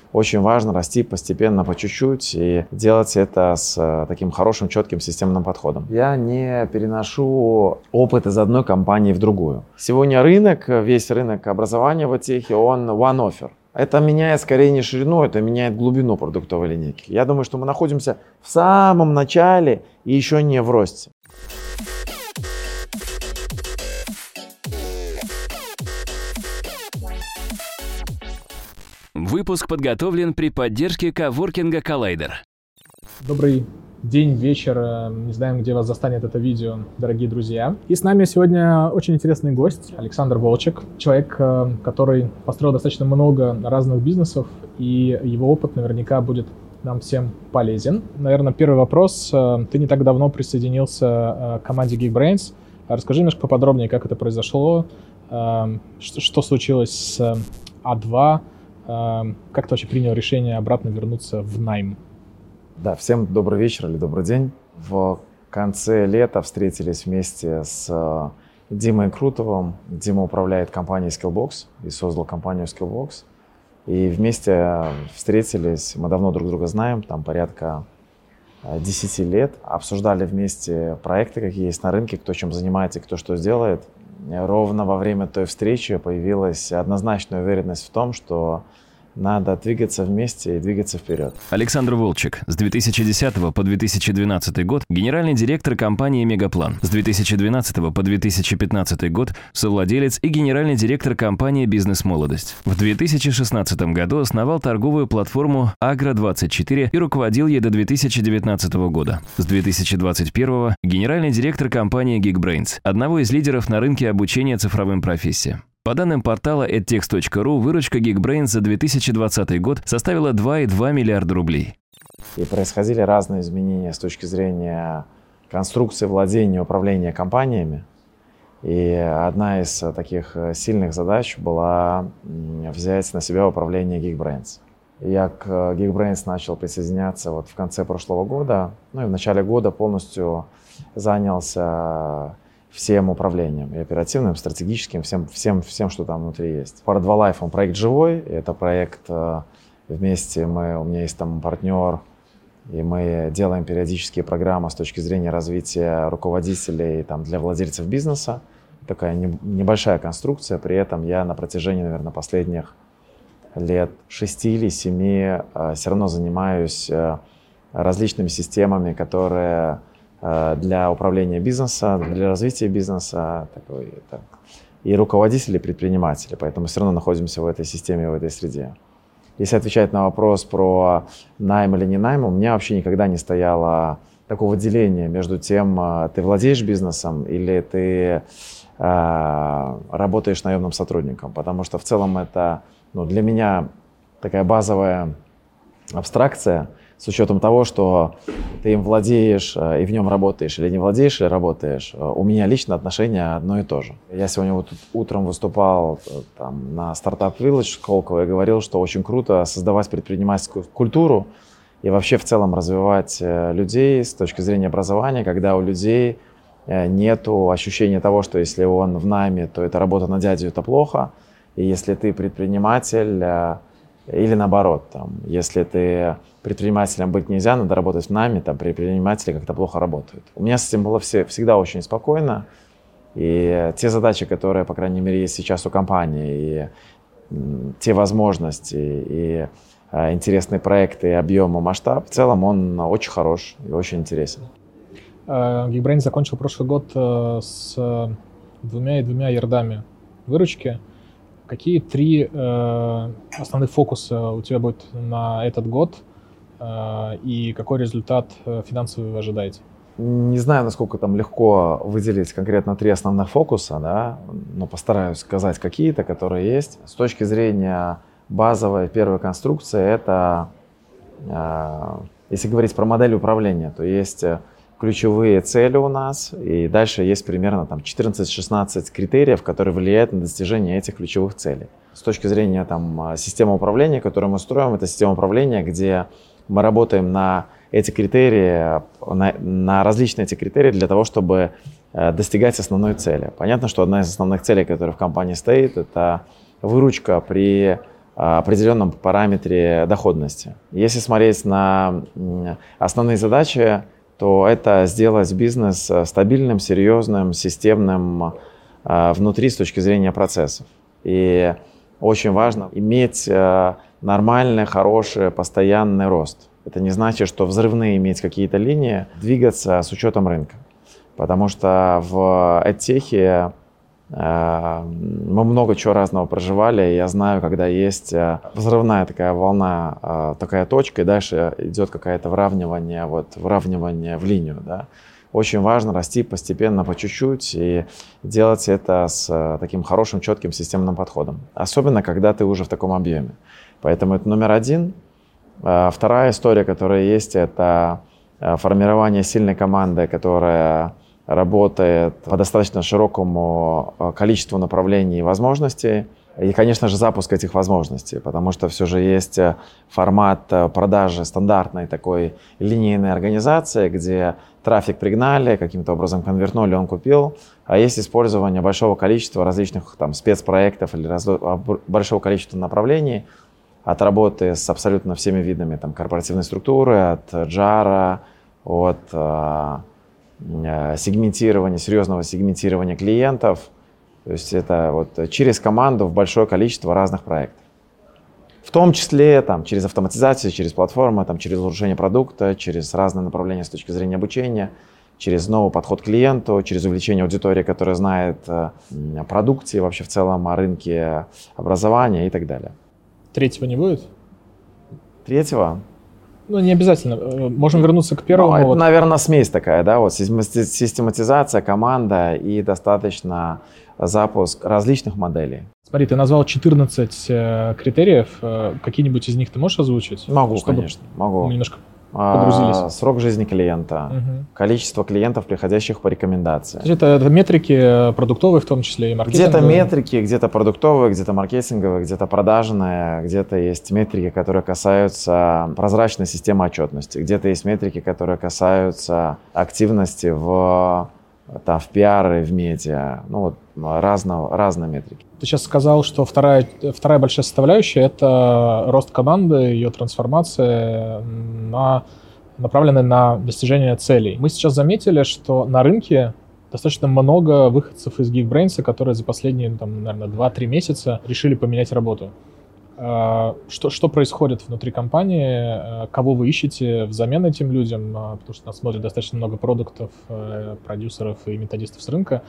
очень важно расти постепенно, по чуть-чуть и делать это с таким хорошим, четким системным подходом. Я не переношу опыт из одной компании в другую. Сегодня рынок, весь рынок образования в техе, он one offer. Это меняет скорее не ширину, это меняет глубину продуктовой линейки. Я думаю, что мы находимся в самом начале и еще не в росте. Выпуск подготовлен при поддержке коворкинга Collider. Добрый день, вечер. Не знаем, где вас застанет это видео, дорогие друзья. И с нами сегодня очень интересный гость, Александр Волчек. Человек, который построил достаточно много разных бизнесов, и его опыт наверняка будет нам всем полезен. Наверное, первый вопрос. Ты не так давно присоединился к команде Geekbrains. Расскажи немножко поподробнее, как это произошло, что случилось с А2, как ты вообще принял решение обратно вернуться в найм? Да, всем добрый вечер или добрый день. В конце лета встретились вместе с Димой Крутовым. Дима управляет компанией Skillbox и создал компанию Skillbox. И вместе встретились, мы давно друг друга знаем, там порядка 10 лет. Обсуждали вместе проекты, какие есть на рынке, кто чем занимается, кто что сделает. Ровно во время той встречи появилась однозначная уверенность в том, что надо двигаться вместе и двигаться вперед. Александр Волчек. С 2010 по 2012 год генеральный директор компании «Мегаплан». С 2012 по 2015 год совладелец и генеральный директор компании «Бизнес-молодость». В 2016 году основал торговую платформу «Агро24» и руководил ей до 2019 года. С 2021 генеральный директор компании Geekbrains, одного из лидеров на рынке обучения цифровым профессиям. По данным портала edtext.ru, выручка Geekbrains за 2020 год составила 2,2 миллиарда рублей. И происходили разные изменения с точки зрения конструкции владения и управления компаниями. И одна из таких сильных задач была взять на себя управление Geekbrains. Я к Geekbrains начал присоединяться в конце прошлого года. И в начале года полностью занялся всем управлением, и оперативным, стратегическим, всем, что там внутри есть. Para 2 Life, он проект живой, это проект вместе, у меня есть там партнер, и мы делаем периодические программы с точки зрения развития руководителей там, для владельцев бизнеса. Такая небольшая конструкция, при этом я на протяжении, наверное, последних лет 6 или 7 все равно занимаюсь различными системами, которые для управления бизнеса, для развития бизнеса и руководителей, предпринимателей. Поэтому все равно находимся в этой системе, в этой среде. Если отвечать на вопрос про найм или не найм, у меня вообще никогда не стояло такого деления между тем, ты владеешь бизнесом или ты работаешь наемным сотрудником. Потому что в целом это для меня такая базовая абстракция, с учетом того, что ты им владеешь и в нем работаешь, или не владеешь, или работаешь, у меня лично отношение одно и то же. Я сегодня утром выступал там, на Startup Village Сколково и говорил, что очень круто создавать предпринимательскую культуру и вообще в целом развивать людей с точки зрения образования, когда у людей нету ощущения того, что если он в найме, то это работа на дядю, это плохо, и если ты предприниматель, или наоборот, если ты предпринимателем быть нельзя, надо работать в найме, предприниматели как-то плохо работают. У меня с этим было всегда очень спокойно, и те задачи, которые, по крайней мере, есть сейчас у компании, и те возможности, и интересные проекты, и объем, и масштаб, в целом он очень хорош и очень интересен. Geekbrains закончил прошлый год с 2,2 ярдами выручки. Какие 3 основных фокуса у тебя будет на этот год и какой результат финансовый вы ожидаете? Не знаю, насколько там легко выделить конкретно 3 основных фокуса, но постараюсь сказать какие-то, которые есть. С точки зрения базовой первой конструкции, это, если говорить про модель управления, то есть ключевые цели у нас, и дальше есть примерно 14-16 критериев, которые влияют на достижение этих ключевых целей. С точки зрения системы управления, которую мы строим, это система управления, где мы работаем на эти критерии, на различные эти критерии для того, чтобы достигать основной цели. Понятно, что одна из основных целей, которая в компании стоит, это выручка при определенном параметре доходности. Если смотреть на основные задачи, то это сделать бизнес стабильным, серьезным, системным внутри с точки зрения процессов. И очень важно иметь нормальный, хороший, постоянный рост. Это не значит, что взрывные иметь какие-то линии, двигаться с учетом рынка. Потому что в эдтехе мы много чего разного проживали. Я знаю, когда есть взрывная такая волна, такая точка, и дальше идет какое-то выравнивание в линию. Да. Очень важно расти постепенно, по чуть-чуть, и делать это с таким хорошим, четким системным подходом. Особенно, когда ты уже в таком объеме. Поэтому это номер один. Вторая история, которая есть, это формирование сильной команды, которая работает по достаточно широкому количеству направлений и возможностей. И, конечно же, запуск этих возможностей, потому что все же есть формат продажи стандартной такой линейной организации, где трафик пригнали, каким-то образом конвертнули, он купил, а есть использование большого количества различных там, спецпроектов или большого количества направлений от работы с абсолютно всеми видами там, корпоративной структуры, от джара, от сегментирования, серьезного сегментирования клиентов. То есть это вот через команду в большое количество разных проектов. В том числе там, через автоматизацию, через платформы, там, через улучшение продукта, через разные направления с точки зрения обучения, через новый подход к клиенту, через увеличение аудитории, которая знает о продукте, вообще в целом о рынке образования и так далее. Третьего не будет? Третьего? Ну, не обязательно. Можем вернуться к первому. Это, наверное, смесь такая, да, вот систематизация, команда и достаточно запуск различных моделей. Смотри, ты назвал 14 критериев. Какие-нибудь из них ты можешь озвучить? Могу, конечно. Могу. Мы немножко погрузились. Срок жизни клиента, количество клиентов, приходящих по рекомендации. Это метрики продуктовые, в том числе и маркетинговые? Где-то метрики, где-то продуктовые, где-то маркетинговые, где-то продажные, где-то есть метрики, которые касаются прозрачной системы отчетности, где-то есть метрики, которые касаются активности в пиаре, в медиа, ну вот разные метрики. Ты сейчас сказал, что вторая большая составляющая – это рост команды, ее трансформация, направленная на достижение целей. Мы сейчас заметили, что на рынке достаточно много выходцев из Geekbrains, которые за последние, наверное, 2-3 месяца решили поменять работу. Что происходит внутри компании, кого вы ищете взамен этим людям, потому что нас смотрит достаточно много продуктов, продюсеров и методистов с рынка.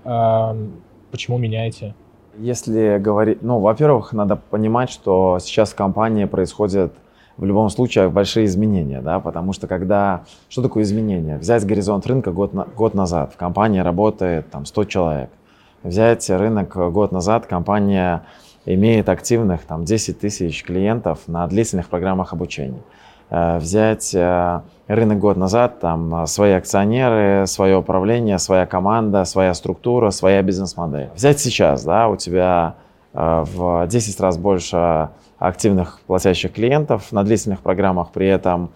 Почему меняете? Если говорить, во-первых, надо понимать, что сейчас в компании происходят в любом случае большие изменения, да, потому что что такое изменения? Взять горизонт рынка год назад, в компании работает 100 человек. Взять рынок год назад, компания имеет активных 10 тысяч клиентов на длительных программах обучения. Взять рынок год назад, свои акционеры, свое управление, своя команда, своя структура, своя бизнес-модель. Взять сейчас, да, у тебя в 10 раз больше активных платящих клиентов на длительных программах, при этом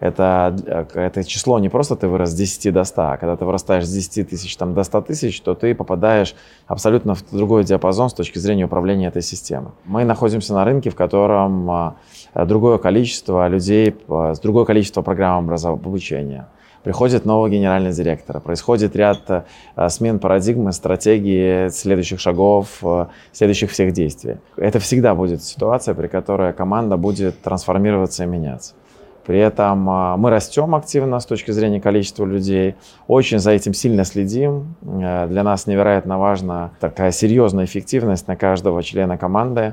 это число не просто ты вырос с 10 до 100, а когда ты вырастаешь с 10 тысяч до 100 тысяч, то ты попадаешь абсолютно в другой диапазон с точки зрения управления этой системой. Мы находимся на рынке, в котором другое количество людей, другое количество программ обучения. Приходит новый генеральный директор, происходит ряд смен парадигмы, стратегии, следующих шагов, следующих всех действий. Это всегда будет ситуация, при которой команда будет трансформироваться и меняться. При этом мы растем активно с точки зрения количества людей, очень за этим сильно следим. Для нас невероятно важна такая серьезная эффективность на каждого члена команды.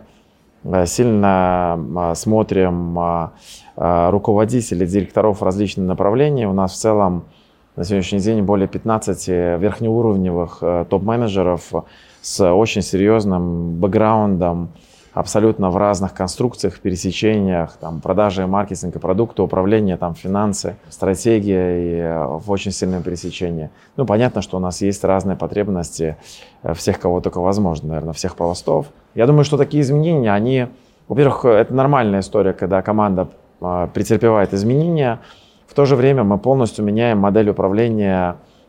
Сильно смотрим руководителей, директоров различных направлений. У нас в целом на сегодняшний день более 15 верхнеуровневых топ-менеджеров с очень серьезным бэкграундом, абсолютно в разных конструкциях, пересечениях, продажи, маркетинг и продукты, управление, финансы, стратегия и в очень сильном пересечении. Понятно, что у нас есть разные потребности всех, кого только возможно, наверное, всех пластов. Я думаю, что такие изменения, они, во-первых, это нормальная история, когда команда претерпевает изменения. В то же время мы полностью меняем модель управления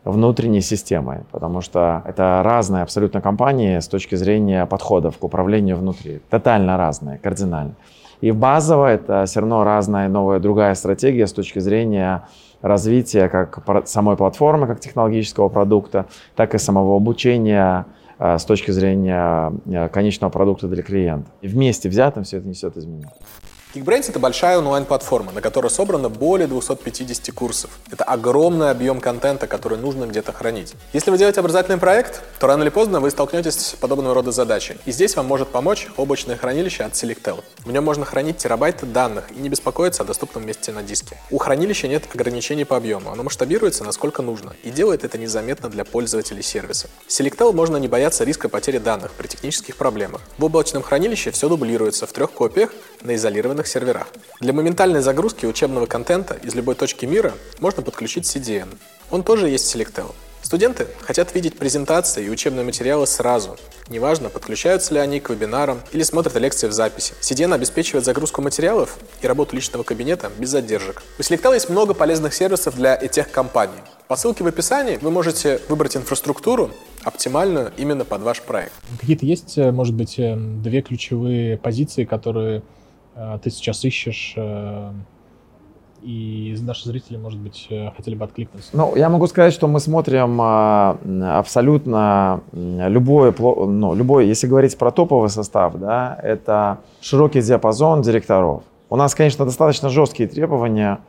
внутренней системой, потому что это разные абсолютно компании с точки зрения подходов к управлению внутри. Тотально разные, кардинально. И базово это все равно разная, новая, другая стратегия с точки зрения развития как самой платформы, как технологического продукта, так и самого обучения с точки зрения конечного продукта для клиента. И вместе взятым все это несет изменения. Geekbrains — это большая онлайн-платформа, на которой собрано более 250 курсов. Это огромный объем контента, который нужно где-то хранить. Если вы делаете образовательный проект, то рано или поздно вы столкнетесь с подобного рода задачей. И здесь вам может помочь облачное хранилище от Selectel. В нем можно хранить терабайты данных и не беспокоиться о доступном месте на диске. У хранилища нет ограничений по объему, оно масштабируется насколько нужно и делает это незаметно для пользователей сервиса. С Selectel можно не бояться риска потери данных при технических проблемах. В облачном хранилище все дублируется в 3 копиях на изолированных серверах. Для моментальной загрузки учебного контента из любой точки мира можно подключить CDN. Он тоже есть в Selectel. Студенты хотят видеть презентации и учебные материалы сразу. Неважно, подключаются ли они к вебинарам или смотрят лекции в записи. CDN обеспечивает загрузку материалов и работу личного кабинета без задержек. У Selectel есть много полезных сервисов для EdTech-компаний. По ссылке в описании вы можете выбрать инфраструктуру, оптимальную именно под ваш проект. Какие-то есть, может быть, 2 ключевые позиции, которые ты сейчас ищешь, и наши зрители, может быть, хотели бы откликнуться? Ну, я могу сказать, что мы смотрим абсолютно любой, если говорить про топовый состав, да, это широкий диапазон директоров. У нас, конечно, достаточно жесткие требования,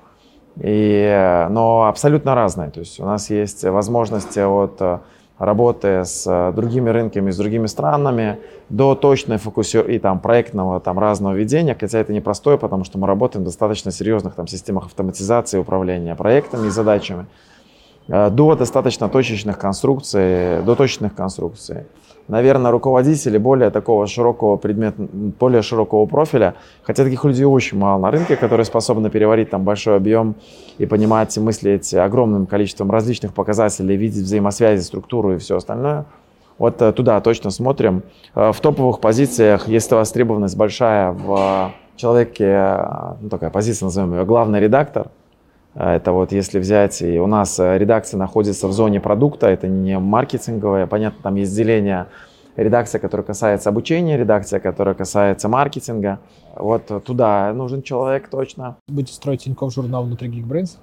но абсолютно разные. То есть у нас есть возможности от работы с другими рынками, с другими странами, до точной и проектного разного ведения, хотя это непростое, потому что мы работаем в достаточно серьезных системах автоматизации управления проектами и задачами, до достаточно точечных конструкций, до точных конструкций. Наверное, руководители более широкого профиля, хотя таких людей очень мало на рынке, которые способны переварить большой объем и понимать, мыслить огромным количеством различных показателей, видеть взаимосвязи, структуру и все остальное. Вот туда точно смотрим. В топовых позициях есть востребованность большая в человеке, такая позиция, назовем ее, главный редактор. Это если взять, и у нас редакция находится в зоне продукта, это не маркетинговая, понятно, там есть деление, редакция, которая касается обучения, редакция, которая касается маркетинга. Вот туда нужен человек точно. Будете строить Тинькофф журнал внутри Geekbrains?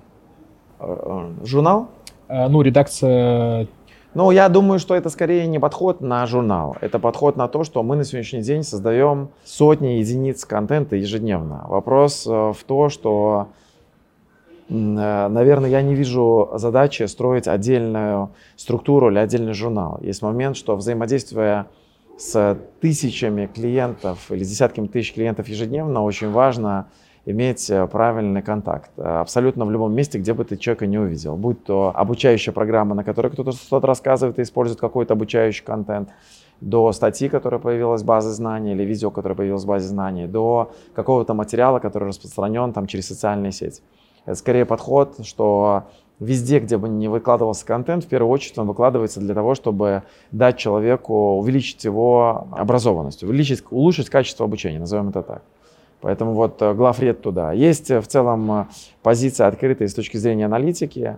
Журнал? Редакция... Я думаю, что это скорее не подход на журнал, это подход на то, что мы на сегодняшний день создаем сотни единиц контента ежедневно. Вопрос в том, что наверное, я не вижу задачи строить отдельную структуру или отдельный журнал. Есть момент, что взаимодействуя с тысячами клиентов или десятками тысяч клиентов ежедневно, очень важно иметь правильный контакт. Абсолютно в любом месте, где бы ты человека не увидел. Будь то обучающая программа, на которой кто-то что-то рассказывает и использует какой-то обучающий контент, до статьи, которая появилась в базе знаний, или видео, которое появилось в базе знаний, до какого-то материала, который распространен через социальные сети. Это скорее подход, что везде, где бы ни выкладывался контент, в первую очередь он выкладывается для того, чтобы дать человеку, увеличить его образованность, улучшить качество обучения, назовем это так. Поэтому главред туда. Есть в целом позиция открытая с точки зрения аналитики.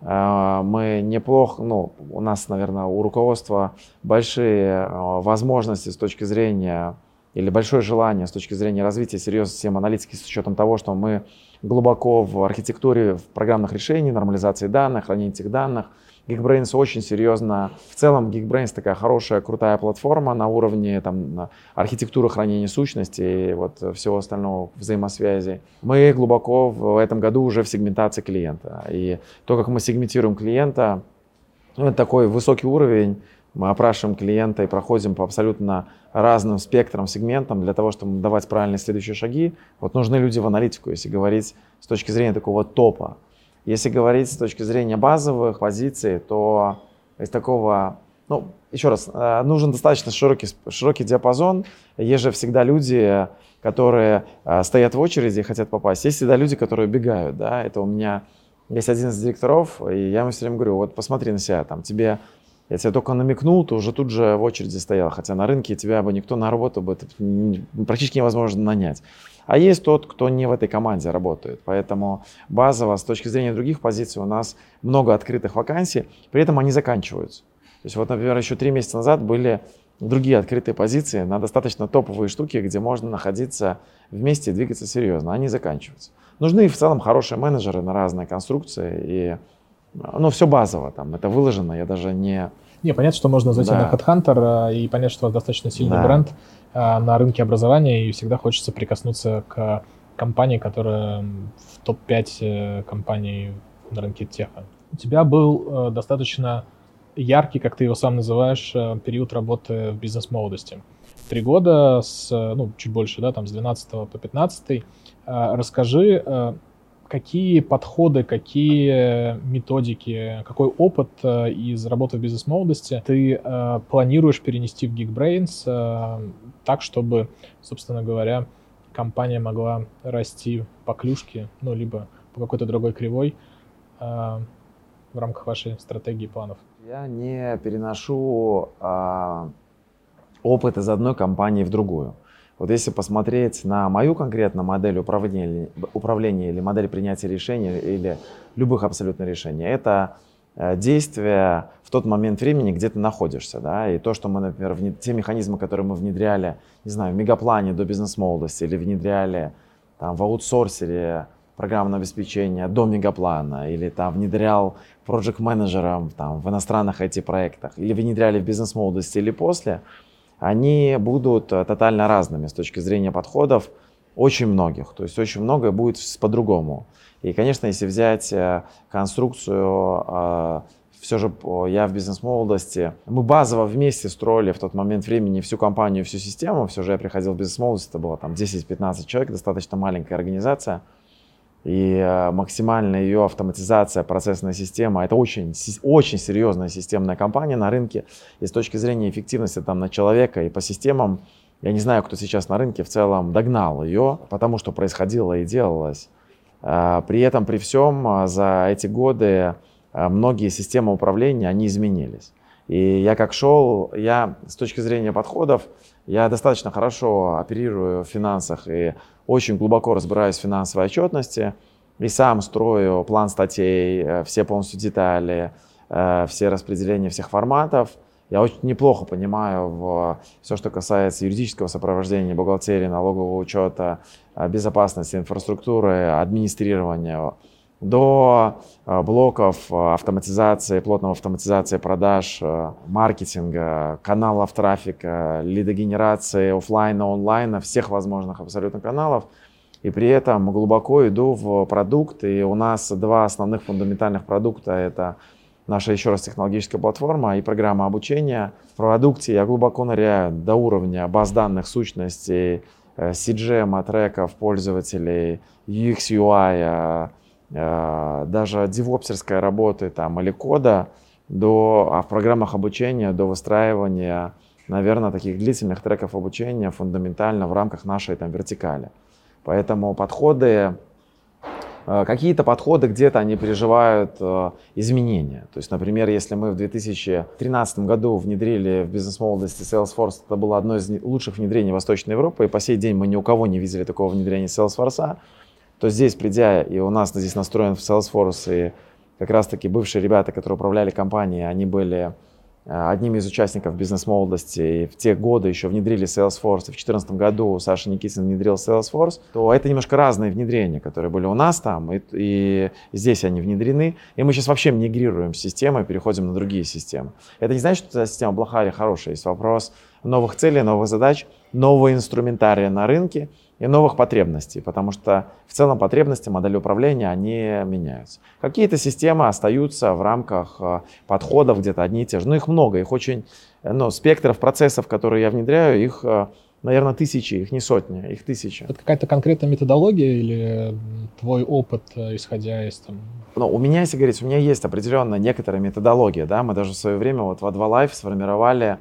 Мы неплохо, у нас, наверное, у руководства большие возможности с точки зрения или большое желание с точки зрения развития серьезной системы аналитики с учетом того, что мы глубоко в архитектуре в программных решений, нормализации данных, хранения этих данных. Geekbrains очень серьезно. В целом Geekbrains такая хорошая, крутая платформа на уровне архитектуры хранения сущностей и всего остального взаимосвязи. Мы глубоко в этом году уже в сегментации клиента. И то, как мы сегментируем клиента, это такой высокий уровень. Мы опрашиваем клиента и проходим по абсолютно разным спектрам, сегментам для того, чтобы давать правильные следующие шаги. Нужны люди в аналитику, если говорить с точки зрения такого топа. Если говорить с точки зрения базовых позиций, то из такого, еще раз, нужен достаточно широкий диапазон. Есть же всегда люди, которые стоят в очереди и хотят попасть. Есть всегда люди, которые убегают. Да? Это у меня есть один из директоров, и я ему все время говорю, посмотри на себя, тебе Я тебе только намекнул, ты уже тут же в очереди стоял, хотя на рынке тебя бы никто на работу бы практически невозможно нанять. А есть тот, кто не в этой команде работает. Поэтому базово, с точки зрения других позиций, у нас много открытых вакансий, при этом они заканчиваются. То есть вот, например, еще 3 месяца назад были другие открытые позиции на достаточно топовые штуки, где можно находиться вместе и двигаться серьезно. Они заканчиваются. Нужны в целом хорошие менеджеры на разные конструкции. И, ну, все базово там, это выложено, я даже не... Не, понятно, что можно зайти на HeadHunter и понять, что у вас достаточно сильный бренд на рынке образования, и всегда хочется прикоснуться к компании, которая в топ-5 компаний на рынке теха. У тебя был достаточно яркий, как ты его сам называешь, период работы в бизнес-молодости. 3 года, чуть больше, да, там с 12 по 15. Расскажи, какие подходы, какие методики, какой опыт из работы в бизнес-молодости ты планируешь перенести в Geekbrains так, чтобы, собственно говоря, компания могла расти по клюшке, либо по какой-то другой кривой в рамках вашей стратегии и планов? Я не переношу опыт из одной компании в другую. Вот если посмотреть на мою конкретно модель управления или модель принятия решений или любых абсолютно решений, это действие в тот момент времени, где ты находишься. Да? И то, что мы, например, те механизмы, которые мы внедряли, не знаю, в Мегаплане до бизнес-молодости или внедряли там, в аутсорсере программное обеспечение до Мегаплана, или там внедрял проект-менеджером в иностранных IT-проектах, или внедряли в бизнес-молодости или после, они будут тотально разными с точки зрения подходов очень многих. То есть очень многое будет по-другому. И, конечно, если взять конструкцию, все же я в бизнес-молодости, мы базово вместе строили в тот момент времени всю компанию, всю систему. Все же я приходил в бизнес-молодость, это было там 10-15 человек, достаточно маленькая организация. И максимальная ее автоматизация, процессная система, это очень, очень серьезная системная компания на рынке. И с точки зрения эффективности там, на человека и по системам, я не знаю, кто сейчас на рынке в целом догнал ее, потому что происходило и делалось. При этом, при всем, за эти годы многие системы управления, они изменились. И я как шел, я с точки зрения подходов, я достаточно хорошо оперирую в финансах и очень глубоко разбираюсь в финансовой отчетности. И сам строю план статей, все полностью детали, все распределения всех форматов. Я очень неплохо понимаю все, что касается юридического сопровождения, бухгалтерии, налогового учета, безопасности, инфраструктуры, администрирования, до блоков автоматизации, плотного автоматизации продаж, маркетинга, каналов трафика, лидогенерации офлайна, онлайна, всех возможных абсолютно каналов. И при этом глубоко иду в продукт. И у нас 2 основных фундаментальных продукта. Это наша, еще раз, технологическая платформа и программа обучения. В продукте я глубоко ныряю до уровня баз данных, сущностей, CGM, треков пользователей, UX, UI, даже девопсерской работы там, или кода, в программах обучения до выстраивания, наверное, таких длительных треков обучения фундаментально в рамках нашей там, вертикали. Поэтому подходы, какие-то подходы где-то они переживают изменения. То есть, например, если мы в 2013 году внедрили в бизнес-молодости Salesforce, это было одно из лучших внедрений Восточной Европы, и по сей день мы ни у кого не видели такого внедрения Salesforce, то здесь, придя, и у нас здесь настроен в Salesforce, и как раз-таки бывшие ребята, которые управляли компанией, они были одними из участников бизнес-молодости, и в те годы еще внедрили Salesforce, и в 2014 году Саша Никитин внедрил Salesforce, то это немножко разные внедрения, которые были у нас там, и здесь они внедрены, и мы сейчас вообще мигрируем с системы, переходим на другие системы. Это не значит, что эта система плохая или хорошая, есть вопрос новых целей, новых задач, нового инструментария на рынке, и новых потребностей, потому что в целом потребности модели управления, они меняются. Какие-то системы остаются в рамках подходов где-то одни и те же, но их много, их очень, спектров процессов, которые я внедряю, их, наверное, тысячи, их не сотни, их тысячи. Это какая-то конкретная методология или твой опыт, исходя из там? У меня, если говорить, у меня есть определенная некоторая методология, да, мы даже в свое время вот в Adva Life сформировали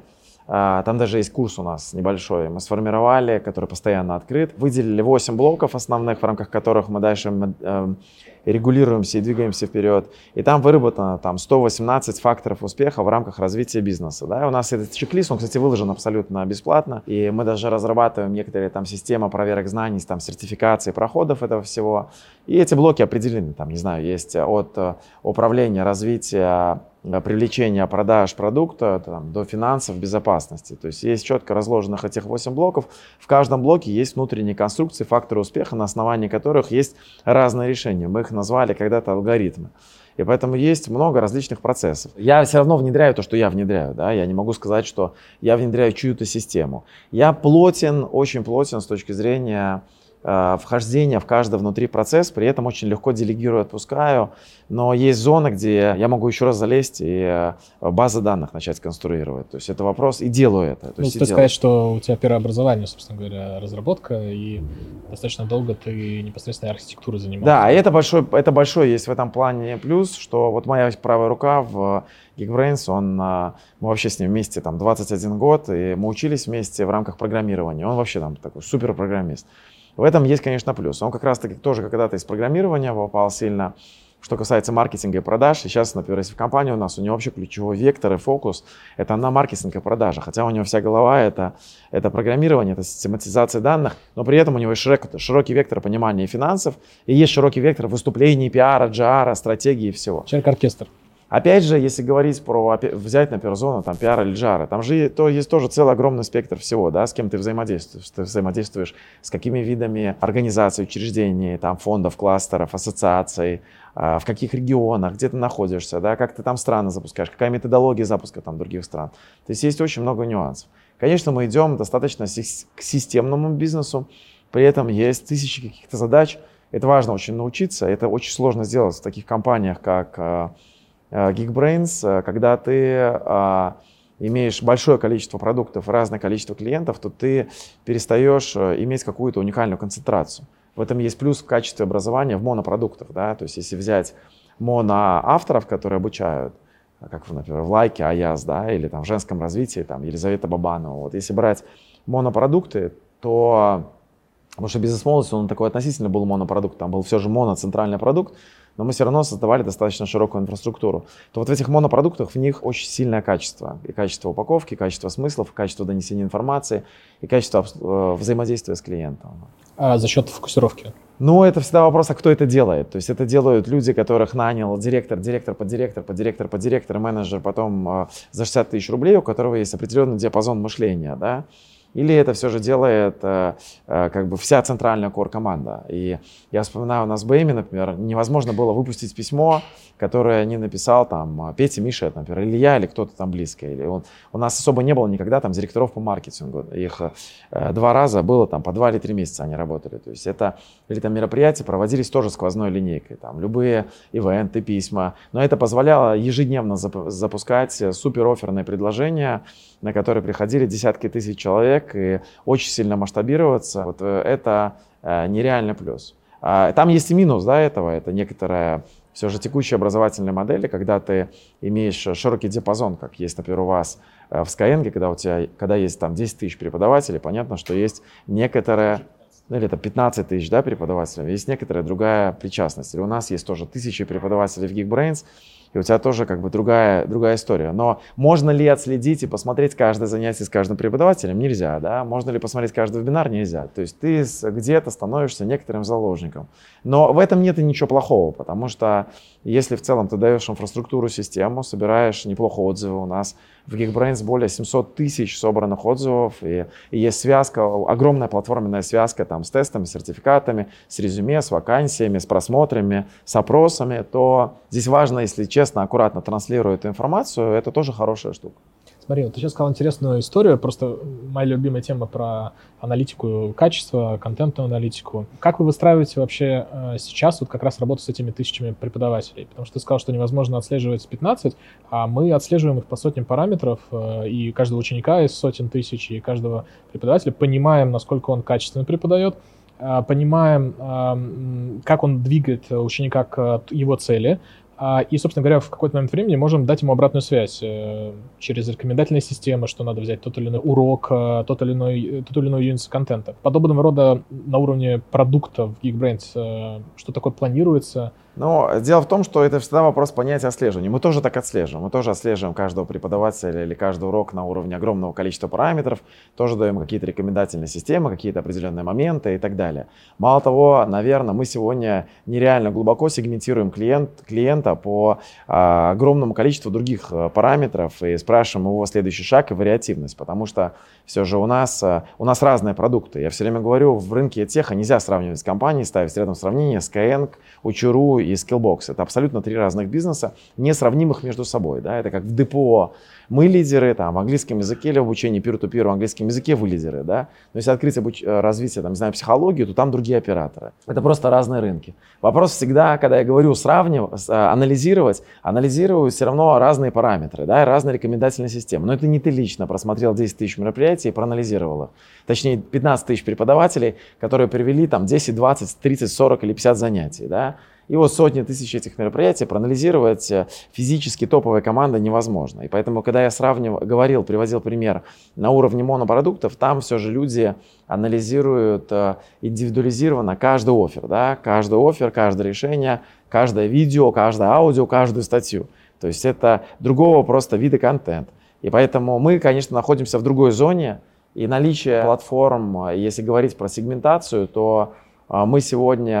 Там даже есть курс у нас небольшой, мы сформировали, который постоянно открыт. Выделили 8 блоков основных, в рамках которых мы дальше регулируемся и двигаемся вперед. И там выработано 118 факторов успеха в рамках развития бизнеса. Да? И у нас этот чек-лист, он, кстати, выложен абсолютно бесплатно. И мы даже разрабатываем некоторые системы проверок знаний, сертификации проходов этого всего. И эти блоки определены. Есть от управления, развития, привлечения продаж продукта до финансов, безопасности. То есть есть четко разложенных этих 8 блоков. В каждом блоке есть внутренние конструкции, факторы успеха, на основании которых есть разные решения. Мы их назвали когда-то алгоритмы. И поэтому есть много различных процессов. Я все равно внедряю то, что я внедряю. Да? Я не могу сказать, что я внедряю чью-то систему. Я очень плотен с точки зрения вхождения в каждый внутри процесс, при этом очень легко делегирую, отпускаю, но есть зоны, где я могу еще раз залезть и базы данных начать конструировать. То есть это вопрос, и делаю это. Стоит сказать, что у тебя первое образование, собственно говоря, разработка, и достаточно долго ты непосредственно архитектурой занимался. Да, и это большой есть в этом плане плюс, что вот моя правая рука в Geekbrains, мы вообще с ним вместе 21 год, и мы учились вместе в рамках программирования. Он вообще такой суперпрограммист. В этом есть, конечно, плюс. Он как раз-таки тоже когда-то из программирования попал сильно, что касается маркетинга и продаж. И сейчас, например, если в компании у него вообще ключевой вектор и фокус – это на маркетинг и продажи. Хотя у него вся голова – это программирование, это систематизация данных, но при этом у него есть широкий вектор понимания финансов, и есть широкий вектор выступлений, пиара, джара, стратегии и всего. Человек-оркестр. Опять же, если говорить взять, например, зону пиара или джара, там же есть тоже целый огромный спектр всего, да, с кем ты взаимодействуешь. Ты взаимодействуешь с какими видами организаций, учреждений, фондов, кластеров, ассоциаций, в каких регионах, где ты находишься, да, как ты страны запускаешь, какая методология запуска других стран. То есть очень много нюансов. Конечно, мы идем достаточно к системному бизнесу, при этом есть тысячи каких-то задач. Это важно очень научиться, это очень сложно сделать в таких компаниях, как Geekbrains, когда ты имеешь большое количество продуктов, разное количество клиентов, то ты перестаешь иметь какую-то уникальную концентрацию. В этом есть плюс в качестве образования в монопродуктах. Да? То есть если взять моноавторов, которые обучают, как, например, в Лайке, Аяз, да, или в женском развитии, Елизавета Бабанова. Вот если брать монопродукты, то, потому что Business Models, он такой относительно был монопродукт, там был все же моноцентральный продукт, но мы все равно создавали достаточно широкую инфраструктуру, то вот в этих монопродуктах в них очень сильное качество. И качество упаковки, и качество смыслов, и качество донесения информации, и качество взаимодействия с клиентом. А за счет фокусировки? Это всегда вопрос, а кто это делает? То есть это делают люди, которых нанял директор, менеджер, потом за 60 тысяч рублей, у которого есть определенный диапазон мышления, да? Или это все же делает вся центральная кор-команда. И я вспоминаю, у нас в БМе, например, невозможно было выпустить письмо, которое не написал Петя, Миша, например, или я, или кто-то близкий. Или у нас особо не было никогда директоров по маркетингу. Их 2 раза было, по 2 или 3 месяца они работали. То есть или мероприятия проводились тоже сквозной линейкой. Любые ивенты, письма. Но это позволяло ежедневно запускать суперофферные предложения, на которые приходили десятки тысяч человек, и очень сильно масштабироваться. Вот это нереальный плюс. Там есть и минус этого. Это некоторая все же текущие образовательные модели, когда ты имеешь широкий диапазон, как есть, например, у вас в Skyeng, когда есть 10 тысяч преподавателей, понятно, что есть некоторая, или это 15 тысяч преподавателей, есть некоторая другая причастность. Или у нас есть тоже тысячи преподавателей в Geekbrains, и у тебя тоже другая история. Но можно ли отследить и посмотреть каждое занятие с каждым преподавателем? Нельзя, да? Можно ли посмотреть каждый вебинар? Нельзя. То есть ты где-то становишься некоторым заложником. Но в этом нет и ничего плохого, потому что если в целом ты даешь инфраструктуру, систему, собираешь неплохо отзывы, у нас в Geekbrains более 700 тысяч собранных отзывов, и есть связка, огромная платформенная связка с тестами, сертификатами, с резюме, с вакансиями, с просмотрами, с опросами, то здесь важно, если честно, аккуратно транслировать эту информацию, это тоже хорошая штука. Смотри, вот ты сейчас сказал интересную историю, просто моя любимая тема про аналитику качества, контентную аналитику. Как вы выстраиваете вообще сейчас как раз работу с этими тысячами преподавателей? Потому что ты сказал, что невозможно отслеживать 15, а мы отслеживаем их по сотням параметров, и каждого ученика из сотен тысяч, и каждого преподавателя, понимаем, насколько он качественно преподает, понимаем, как он двигает ученика к его цели, И, собственно говоря, в какой-то момент времени можем дать ему обратную связь через рекомендательные системы, что надо взять тот или иной урок, тот или иной юнит контента. Подобного рода на уровне продукта в Geekbrains что такое планируется? Но дело в том, что это всегда вопрос понятия отслеживания. Мы тоже так отслеживаем. Мы тоже отслеживаем каждого преподавателя или каждый урок на уровне огромного количества параметров. Тоже даем какие-то рекомендательные системы, какие-то определенные моменты и так далее. Мало того, наверное, мы сегодня нереально глубоко сегментируем клиента по огромному количеству других параметров и спрашиваем его следующий шаг и вариативность. Потому что все же у нас разные продукты. Я все время говорю, в рынке теха нельзя сравнивать с компанией, ставить рядом сравнение Skyeng, Учуру и Skillbox. Это абсолютно три разных бизнеса, несравнимых между собой. Да? Это как в ДПО. Мы лидеры там, в английском языке или в обучении peer-to-peer в английском языке вы лидеры. Да? Но если открыть развитие там, не знаю, психологию, то там другие операторы. Это просто разные рынки. Вопрос всегда, когда я говорю сравнивать, анализирую все равно разные параметры, да, и разные рекомендательные системы. Но это не ты лично просмотрел 10 тысяч мероприятий и проанализировал их. Точнее, 15 тысяч преподавателей, которые провели там 10, 20, 30, 40 или 50 занятий. Да? И вот сотни тысяч этих мероприятий проанализировать физически топовой командой невозможно. И поэтому, когда я приводил пример на уровне монопродуктов, там все же люди анализируют индивидуализированно каждый оффер. Да? Каждый оффер, каждое решение, каждое видео, каждое аудио, каждую статью. То есть это другого просто вида контент. И поэтому мы, конечно, находимся в другой зоне. И наличие платформ, если говорить про сегментацию, то мы сегодня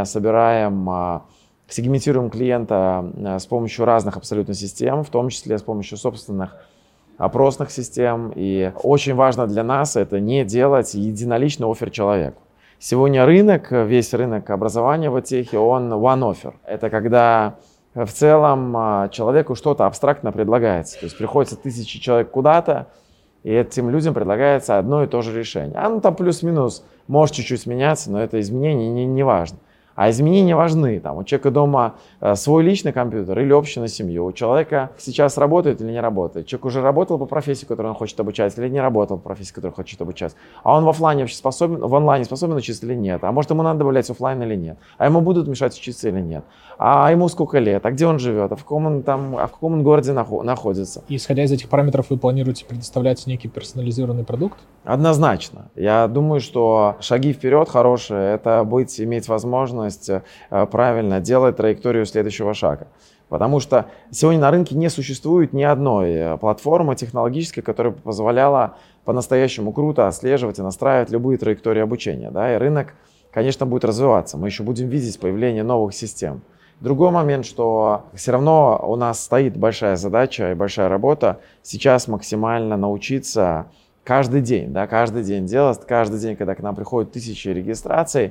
сегментируем клиента с помощью разных абсолютно систем, в том числе с помощью собственных опросных систем. И очень важно для нас это не делать единоличный оффер человеку. Сегодня весь рынок образования в техе, он one offer. Это когда в целом человеку что-то абстрактно предлагается. То есть приходится 1000 человек куда-то, и этим людям предлагается одно и то же решение. Там плюс-минус может чуть-чуть меняться, но это изменение не важно. А изменения важны. Там, у человека дома свой личный компьютер или общий на семью. У человека сейчас работает или не работает. Человек уже работал по профессии, которой он хочет обучаться, или не работал по профессии, которой он хочет обучаться. А он в онлайне способен учиться или нет. А может, ему надо добавлять офлайн или нет. А ему будут мешать учиться или нет. А ему сколько лет, а где он живет, а в каком он городе находится. И исходя из этих параметров вы планируете предоставлять некий персонализированный продукт? Однозначно. Я думаю, что шаги вперед хорошие, это иметь возможность правильно делать траекторию следующего шага. Потому что сегодня на рынке не существует ни одной платформы технологической, которая бы позволяла по-настоящему круто отслеживать и настраивать любые траектории обучения. Да? И рынок, конечно, будет развиваться. Мы еще будем видеть появление новых систем. Другой момент, что все равно у нас стоит большая задача и большая работа сейчас максимально научиться каждый день делать, каждый день, когда к нам приходят 1000 регистраций,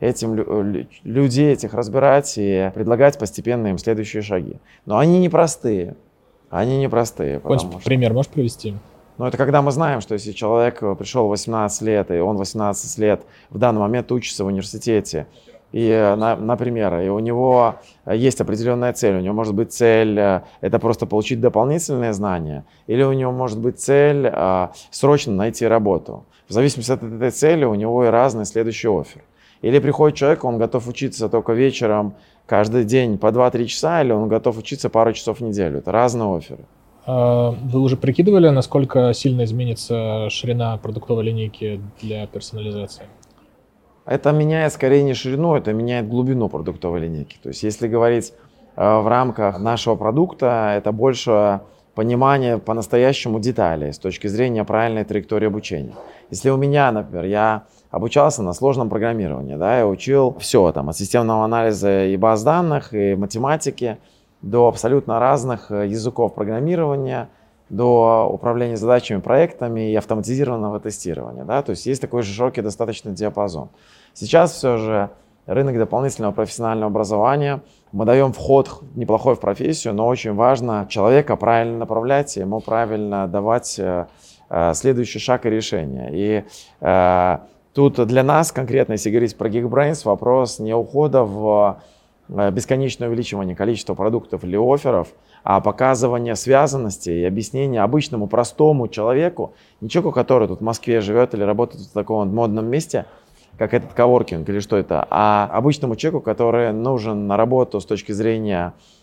людей этих разбирать и предлагать постепенно им следующие шаги. Но они непростые. Какой-нибудь пример можешь привести? Это когда мы знаем, что если человек пришел в 18 лет, и он 18 лет в данный момент учится в университете, и, например, и у него есть определенная цель. У него может быть цель это просто получить дополнительные знания, или у него может быть цель срочно найти работу. В зависимости от этой цели у него и разный следующий оффер. Или приходит человек, он готов учиться только вечером каждый день по 2-3 часа, или он готов учиться пару часов в неделю. Это разные офферы. Вы уже прикидывали, насколько сильно изменится ширина продуктовой линейки для персонализации? Это меняет скорее не ширину, это меняет глубину продуктовой линейки. То есть если говорить в рамках нашего продукта, это больше понимание по-настоящему деталей с точки зрения правильной траектории обучения. Если у меня, например, я обучался на сложном программировании, да, я учил все там от системного анализа и баз данных, и математики, до абсолютно разных языков программирования, до управления задачами, проектами и автоматизированного тестирования. Да? То есть есть такой же широкий достаточно диапазон. Сейчас все же рынок дополнительного профессионального образования. Мы даем вход неплохой в профессию, но очень важно человека правильно направлять, ему правильно давать следующий шаг и решение. И тут для нас конкретно, если говорить про Geekbrains, вопрос не ухода в бесконечное увеличивание количества продуктов или офферов, а показывание связанности и объяснение обычному простому человеку, не человеку, который тут в Москве живет или работает в таком модном месте, как этот коворкинг или что это, а обычному человеку, который нужен на работу с точки зрения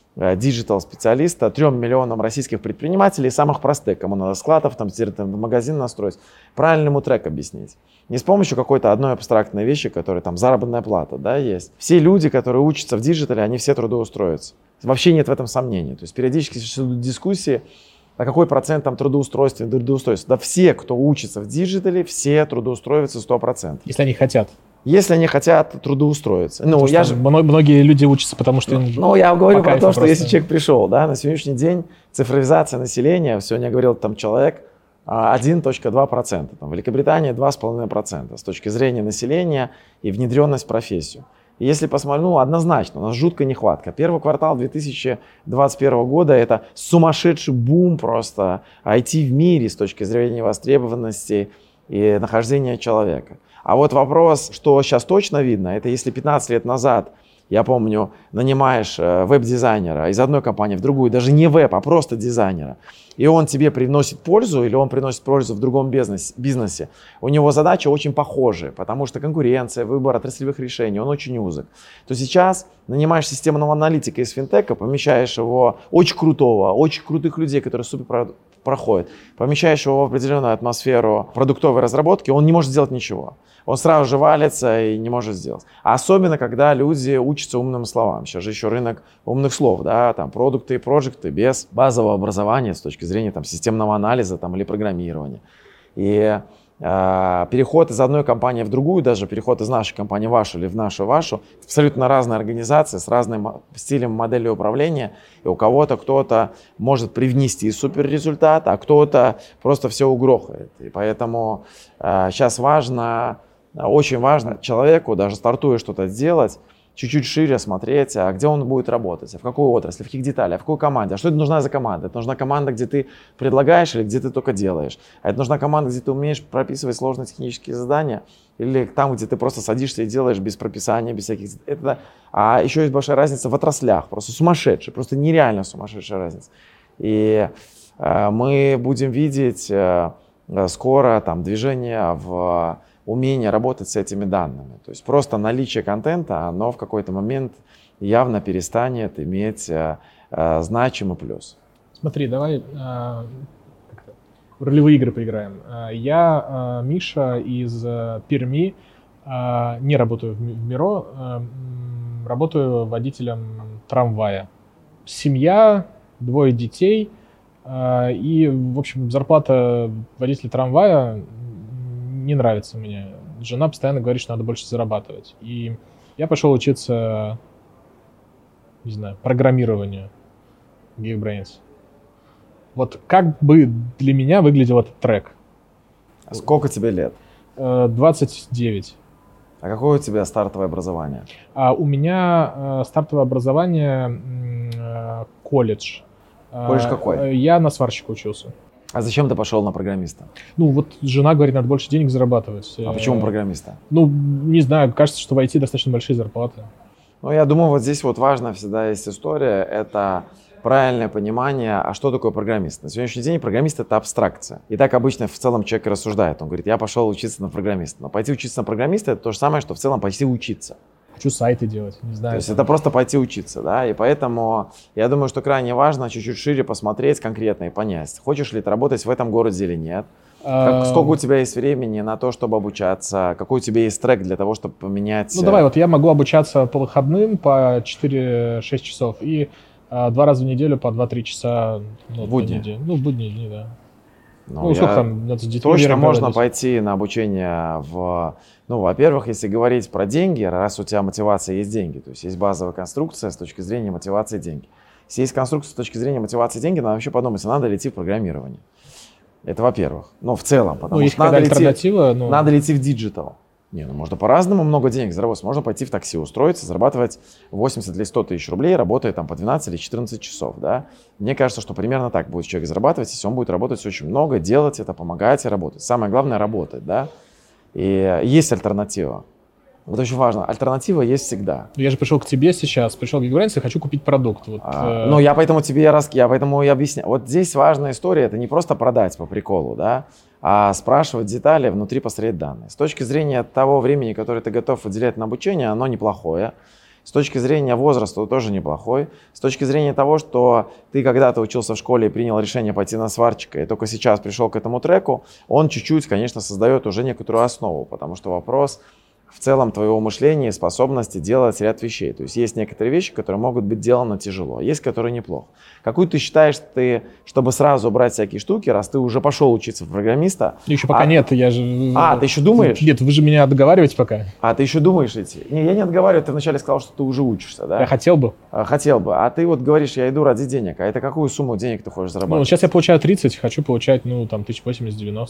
диджитал-специалиста 3 миллионам российских предпринимателей, самых простых, кому надо склад, магазин настроить, правильно ему трек объяснить. Не с помощью какой-то одной абстрактной вещи, которая там заработная плата, да, есть. Все люди, которые учатся в диджитале, они все трудоустроятся. Вообще нет в этом сомнений. То есть периодически существуют дискуссии, а какой процент там трудоустройства, Да все, кто учится в диджитале, все трудоустроятся 100%. Если они хотят. Если они хотят трудоустроиться. Многие люди учатся, потому что... я говорю про то, что если человек пришел, да, на сегодняшний день цифровизация населения, сегодня я говорил, там человек 1,2%, в Великобритании 2,5% с точки зрения населения и внедренность в профессию. И если посмотреть, однозначно, у нас жуткая нехватка. Первый квартал 2021 года – это сумасшедший бум просто IT в мире с точки зрения востребованности и нахождения человека. А вот вопрос, что сейчас точно видно, это если 15 лет назад, я помню, нанимаешь веб-дизайнера из одной компании в другую, даже не веб, а просто дизайнера, и он тебе приносит пользу или он приносит пользу в другом бизнесе, у него задачи очень похожие, потому что конкуренция, выбор отраслевых решений, он очень узок. То сейчас нанимаешь системного аналитика из финтека, помещаешь его очень крутого, очень крутых людей, которые супер проходят, помещаешь его в определенную атмосферу продуктовой разработки, он не может сделать ничего. Он сразу же валится и не может сделать. А особенно, когда люди учатся умным словам. Сейчас же еще рынок умных слов, да, там продукты и проекты без базового образования с точки зрения там, системного анализа там, или программирования. И переход из одной компании в другую, даже переход из нашей компании в вашу или в вашу, абсолютно разные организации с разным стилем модели управления. И у кого-то кто-то может привнести супер результат, а кто-то просто все угрохает. И поэтому сейчас очень важно человеку, даже стартуя что-то делать, чуть-чуть шире смотреть, а где он будет работать, а в какой отрасли, в каких деталях, а в какой команде, а что это нужна за команда? Это нужна команда, где ты предлагаешь или где ты только делаешь? А это нужна команда, где ты умеешь прописывать сложные технические задания или там, где ты просто садишься и делаешь без прописания, без всяких... А еще есть большая разница в отраслях, просто сумасшедшая, просто нереально сумасшедшая разница. И мы будем видеть скоро там движение в умение работать с этими данными. То есть просто наличие контента, оно в какой-то момент явно перестанет иметь значимый плюс. Смотри, давай в ролевые игры поиграем. Я, Миша из Перми, не работаю в Миро, работаю водителем трамвая. Семья, 2 детей, и, в общем, зарплата водителя трамвая не нравится мне. Жена постоянно говорит, что надо больше зарабатывать. И я пошел учиться, не знаю, программированию Geekbrains. Вот как бы для меня выглядел этот трек? А сколько тебе лет? 29. А какое у тебя стартовое образование? У меня стартовое образование колледж. Колледж какой? Я на сварщика учился. А зачем ты пошел на программиста? Вот жена говорит, надо больше денег зарабатывать. А почему программиста? Не знаю, кажется, что в IT достаточно большие зарплаты. Я думаю, вот здесь вот важно всегда есть история, это правильное понимание, а что такое программист. На сегодняшний день программист — это абстракция. И так обычно в целом человек рассуждает. Он говорит, я пошел учиться на программиста. Но пойти учиться на программиста — это то же самое, что в целом пойти учиться. Хочу сайты делать, не знаю. То есть это просто пойти учиться, да, и поэтому я думаю, что крайне важно чуть-чуть шире посмотреть конкретно и понять, хочешь ли ты работать в этом городе или нет, сколько у тебя есть времени на то, чтобы обучаться, какой у тебя есть трек для того, чтобы поменять... Давай, вот я могу обучаться по выходным по 4-6 часов и 2 раза в неделю по 2-3 часа. В будни? В будние дни, да. Сколько там с детьми? Точно можно пойти на обучение во-первых, если говорить про деньги, раз у тебя мотивация есть деньги, то есть есть базовая конструкция с точки зрения мотивации деньги. Если есть конструкция с точки зрения мотивации деньги, надо вообще подумать, надо ли идти в программирование. Это во-первых. В целом, потому что надо ли идти в диджитал. Можно по-разному много денег заработать. Можно пойти в такси, устроиться, зарабатывать 80 или 100 тысяч рублей, работая там по 12 или 14 часов. Да? Мне кажется, что примерно так будет человек зарабатывать, если он будет работать очень много, делать это, помогать и работать. Самое главное — работать. Да? И есть альтернатива. Вот очень важно, альтернатива есть всегда. Я же пришел к тебе сейчас, пришел к Geekbrains и хочу купить продукт. Я поэтому поэтому и объясняю. Вот здесь важная история, это не просто продать по приколу, да, а спрашивать детали, внутри посмотреть данные. С точки зрения того времени, которое ты готов выделять на обучение, оно неплохое. С точки зрения возраста тоже неплохой. С точки зрения того, что ты когда-то учился в школе и принял решение пойти на сварщика, и только сейчас пришел к этому треку, он чуть-чуть, конечно, создает уже некоторую основу, потому что вопрос в целом твоего мышления и способности делать ряд вещей. То есть есть некоторые вещи, которые могут быть сделаны тяжело, есть которые неплохо. Какую ты считаешь, чтобы сразу брать всякие штуки, раз ты уже пошел учиться в программиста? Еще пока нет, я же... ты еще думаешь? Нет, вы же меня договариваете пока. Ты еще думаешь идти? Не, я не отговариваю, ты вначале сказал, что ты уже учишься, да? Я хотел бы. Хотел бы. А ты вот говоришь, я иду ради денег. А это какую сумму денег ты хочешь зарабатывать? Сейчас я получаю 30, хочу получать, 1080-90.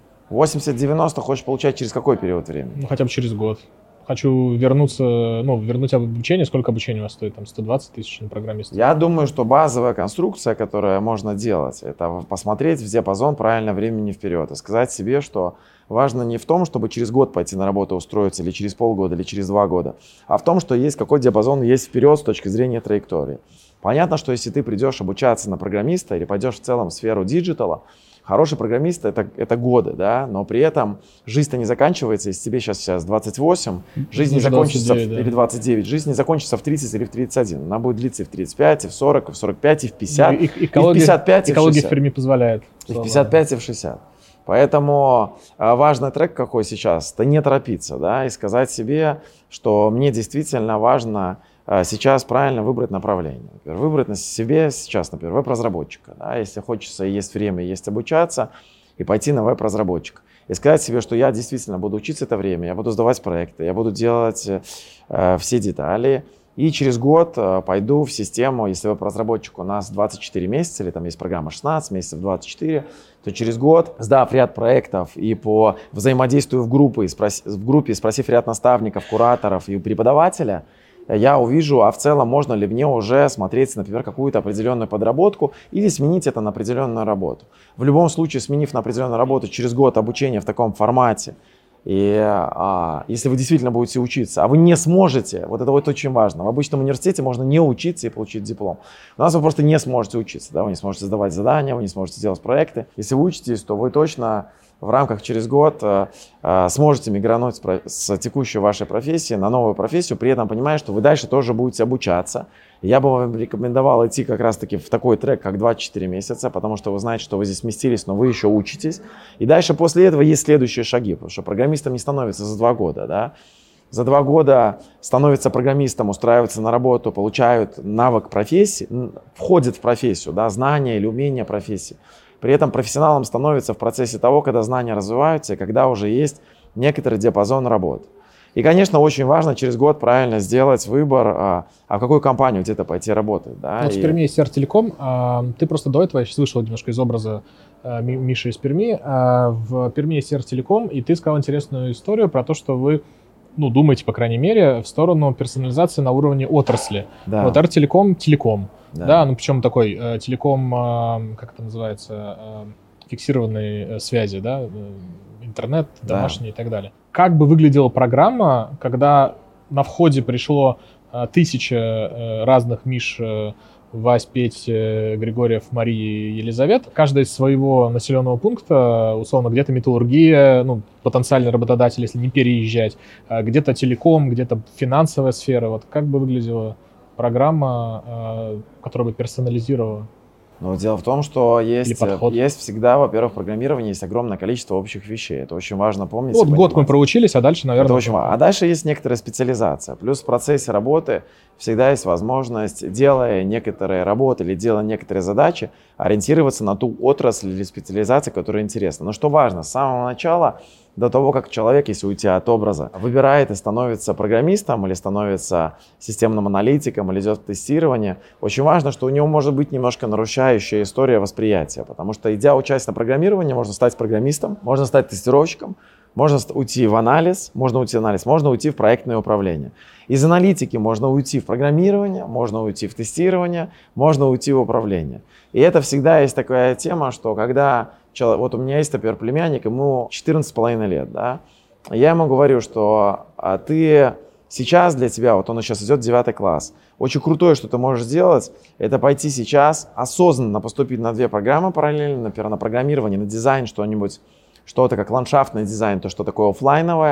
80-90 хочешь получать через какой период времени? Хотя бы через год. Хочу вернуть обучение. Сколько обучения у вас стоит? 120 тысяч на программиста? Я думаю, что базовая конструкция, которую можно делать, это посмотреть в диапазон правильно времени вперед и сказать себе, что важно не в том, чтобы через год пойти на работу устроиться, или через полгода, или через 2 года, а в том, что есть какой диапазон есть вперед с точки зрения траектории. Понятно, что если ты придешь обучаться на программиста или пойдешь в целом в сферу диджитала, хороший программист это годы, да, но при этом жизнь-то не заканчивается, если тебе сейчас 28, жизнь не закончится, 29, да. или 29, жизнь не закончится в 30 или в 31, она будет длиться и в 35, и в 40, и в 45, и в 50, и в 55, и в 60. Экология в Перми позволяет. И в 55, и в 60. Поэтому важный трек какой сейчас, это не торопиться, да, и сказать себе, что мне действительно важно сейчас правильно выбрать направление. Например, выбрать на себе сейчас, например, веб-разработчика. Да, если хочется, есть время, есть обучаться, и пойти на веб-разработчика. И сказать себе, что я действительно буду учиться это время, я буду сдавать проекты, я буду делать все детали. И через год пойду в систему, если веб-разработчик у нас 24 месяца, или там есть программа 16 месяцев, 24, то через год, сдав ряд проектов и по взаимодействию в группе, спросив ряд наставников, кураторов и преподавателя, я увижу, а в целом можно ли мне уже смотреть, например, какую-то определенную подработку или сменить это на определенную работу. В любом случае, сменив на определенную работу через год обучения в таком формате, и если вы действительно будете учиться, а вы не сможете, вот это вот очень важно, в обычном университете можно не учиться и получить диплом. У нас вы просто не сможете учиться, да? Вы не сможете сдавать задания, вы не сможете делать проекты. Если вы учитесь, то вы точно в рамках через год сможете мигрануть с текущей вашей профессии на новую профессию, при этом понимая, что вы дальше тоже будете обучаться. Я бы вам рекомендовал идти как раз-таки в такой трек, как 24 месяца, потому что вы знаете, что вы здесь сместились, но вы еще учитесь. И дальше после этого есть следующие шаги, потому что программистом не становится за 2 года, да. За 2 года становятся программистом, устраиваются на работу, получают навык профессии, входят в профессию, да, знания или умения профессии. При этом профессионалом становится в процессе того, когда знания развиваются и когда уже есть некоторый диапазон работы. И, конечно, очень важно через год правильно сделать выбор, а в какую компанию где-то пойти работать. Да? Вот в Перми есть Артелеком. Ты просто до этого, я сейчас вышел немножко из образа Миши из Перми. В Перми есть Артелеком, и ты сказал интересную историю про то, что вы думаете, по крайней мере, в сторону персонализации на уровне отрасли. Да. Вот Артелеком, телеком. Да. Причем такой телеком, как это называется, фиксированной связи, да, интернет, домашний и так далее. Как бы выглядела программа, когда на входе пришло 1000 разных Миш, Вась, Петь, Григорьев, Мария и Елизавета. Каждая из своего населенного пункта, условно, где-то металлургия, потенциальный работодатель, если не переезжать, где-то телеком, где-то финансовая сфера. Вот как бы выглядела программа, которая бы персонализировала? Но дело в том, что есть всегда, во-первых, в программировании есть огромное количество общих вещей. Это очень важно помнить. Вот год мы проучились, а дальше, наверное... Это очень важно. А дальше есть некоторая специализация. Плюс в процессе работы всегда есть возможность, делая некоторые работы или делая некоторые задачи, ориентироваться на ту отрасль или специализацию, которая интересна. Но что важно, с самого начала, до того, как человек, если уйти от образа, выбирает и становится программистом или становится системным аналитиком или идет в тестирование, очень важно, что у него может быть немножко нарушающая история восприятия, потому что, идя участие на программирование, можно стать программистом, можно стать тестировщиком, можно уйти в анализ, можно уйти в проектное управление. Из аналитики можно уйти в программирование, можно уйти в тестирование, можно уйти в управление. И это всегда есть такая тема, что когда вот у меня есть, например, племянник, ему 14,5 лет, да, я ему говорю, что ты сейчас для тебя, вот он сейчас идет в 9 класс, очень крутое, что ты можешь сделать, это пойти сейчас осознанно поступить на 2 программы параллельно, например, на программирование, на дизайн что-то как ландшафтный дизайн, то, что такое офлайновое,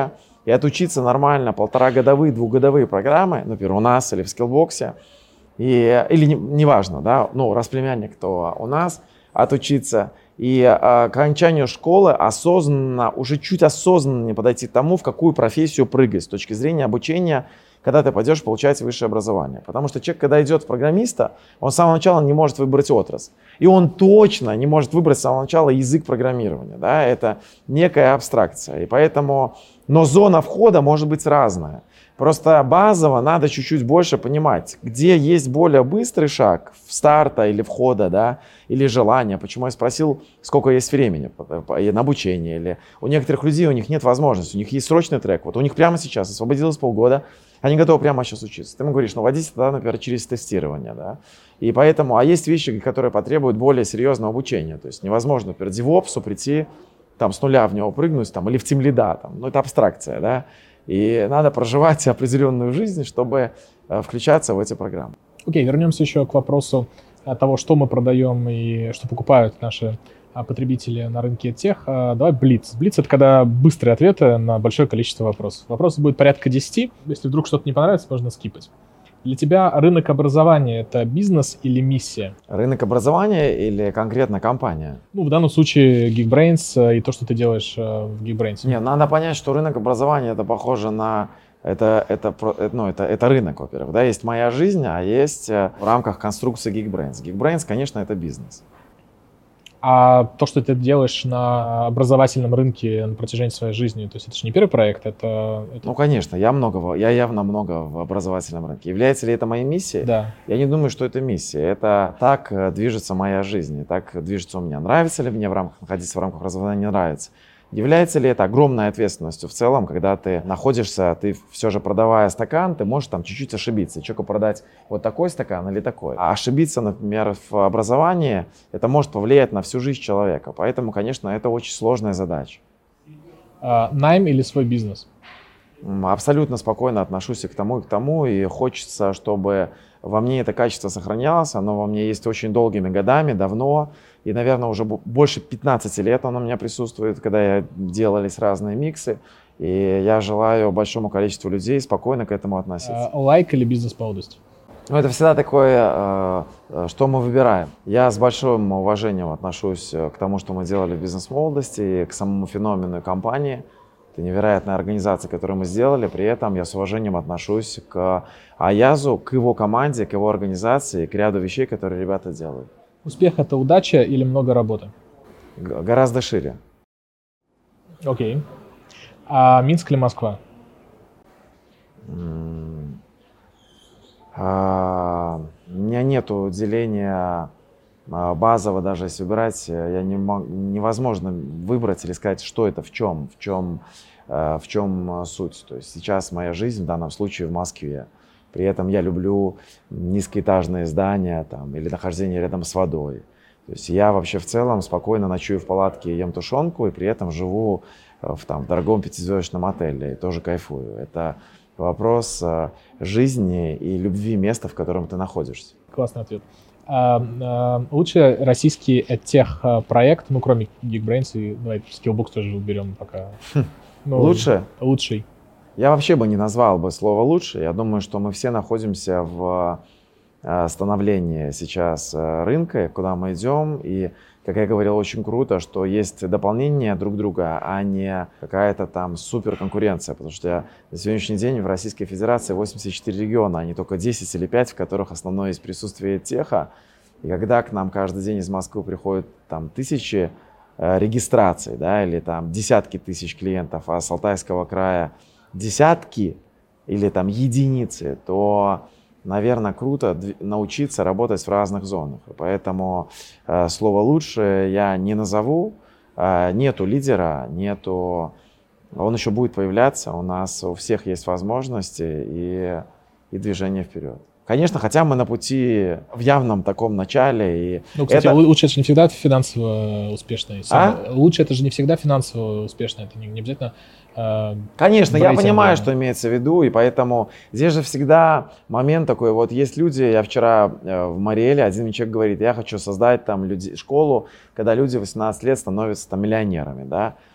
и отучиться нормально 1,5-годовые, 2-годовые программы, например, у нас или в Skillbox, или неважно, да, ну, раз племянник, то у нас отучиться, и к окончанию школы осознанно, уже чуть осознаннее подойти к тому, в какую профессию прыгать с точки зрения обучения, когда ты пойдешь получать высшее образование. Потому что человек, когда идет в программиста, он с самого начала не может выбрать отрасль. И он точно не может выбрать с самого начала язык программирования. Да? Это некая абстракция. И поэтому, но зона входа может быть разная. Просто базово надо чуть-чуть больше понимать, где есть более быстрый шаг старта или входа, да, или желания. Почему я спросил, сколько есть времени на обучение. Или у некоторых людей у них нет возможности, у них есть срочный трек. Вот у них прямо сейчас освободилось полгода, они готовы прямо сейчас учиться. Ты ему говоришь, ну водите тогда, например, через тестирование. Да? И поэтому, а есть вещи, которые потребуют более серьезного обучения. То есть невозможно, например, девопсу прийти, там, с нуля в него прыгнуть, там, или в тимлида, там, ну это абстракция, да. И надо проживать определенную жизнь, чтобы включаться в эти программы. Окей, вернемся еще к вопросу того, что мы продаем и что покупают наши потребители на рынке тех. Давай Блиц. Блиц — это когда быстрые ответы на большое количество вопросов. Вопросов будет порядка 10. Если вдруг что-то не понравится, можно скипать. Для тебя рынок образования — это бизнес или миссия? Рынок образования или конкретно компания? Ну, в данном случае Geekbrains и то, что ты делаешь в Geekbrains. Нет, надо понять, что рынок образования это похоже на... Это рынок, во-первых. Да? Есть моя жизнь, а есть в рамках конструкции Geekbrains. Geekbrains, конечно, это бизнес. А то, что ты делаешь на образовательном рынке на протяжении своей жизни, то есть это же не первый проект, это... Ну, конечно, я явно много в образовательном рынке. Является ли это моей миссией? Да. Я не думаю, что это миссия. Это так движется моя жизнь, и так движется у меня. Нравится ли мне находиться в рамках образования, не нравится. Является ли это огромной ответственностью в целом, когда ты находишься, ты все же продавая стакан, ты можешь там чуть-чуть ошибиться, человеку продать вот такой стакан или такой. А ошибиться, например, в образовании, это может повлиять на всю жизнь человека. Поэтому, конечно, это очень сложная задача. Найм или свой бизнес? Абсолютно спокойно отношусь и к тому, и хочется, чтобы во мне это качество сохранялось. Оно во мне есть очень долгими годами, давно. И, наверное, уже больше 15 лет оно у меня присутствует, когда делались разные миксы. И я желаю большому количеству людей спокойно к этому относиться. Лайк или бизнес-молодость? Ну, это всегда такое, что мы выбираем. Я с большим уважением отношусь к тому, что мы делали в бизнес-молодости, и к самому феномену компании. Это невероятная организация, которую мы сделали. При этом я с уважением отношусь к Аязу, к его команде, к его организации, к ряду вещей, которые ребята делают. Успех — это удача или много работы? Гораздо шире. Окей. А Минск или Москва? У меня нету деления базово, даже если выбирать, невозможно выбрать или сказать, что это, в чем суть. То есть сейчас моя жизнь в данном случае в Москве. При этом я люблю низкоэтажные здания там, или нахождение рядом с водой. То есть я вообще в целом спокойно ночую в палатке, ем тушенку и при этом живу в дорогом пятизвездочном отеле и тоже кайфую. Это вопрос жизни и любви места, в котором ты находишься. Классный ответ. Лучший российский тех-проект, ну, кроме Geekbrains, и давай Skillbox тоже уберем пока. Лучше? Лучший. Я вообще бы не назвал бы слово «лучше». Я думаю, что мы все находимся в становлении сейчас рынка, куда мы идем. И, как я говорил, очень круто, что есть дополнение друг друга, а не какая-то там суперконкуренция. Потому что на сегодняшний день в Российской Федерации 84 региона, а не только 10 или 5, в которых основное есть присутствие теха. И когда к нам каждый день из Москвы приходят там тысячи регистраций, да, или там десятки тысяч клиентов, а с Алтайского края десятки или там единицы, то, наверное, круто научиться работать в разных зонах. Поэтому слово «лучше» я не назову. Нету лидера, он еще будет появляться. У нас у всех есть возможности и движение вперед. Конечно, хотя мы на пути в явном таком начале. Ну, кстати, лучше это же не всегда финансово успешно. Лучше это же не всегда финансово успешно. Это не обязательно... Конечно, я понимаю, что имеется в виду, и поэтому здесь же всегда момент такой, вот есть люди, я вчера в Мариэле, один человек говорит, я хочу создать там школу, когда люди в 18 лет становятся там миллионерами, да.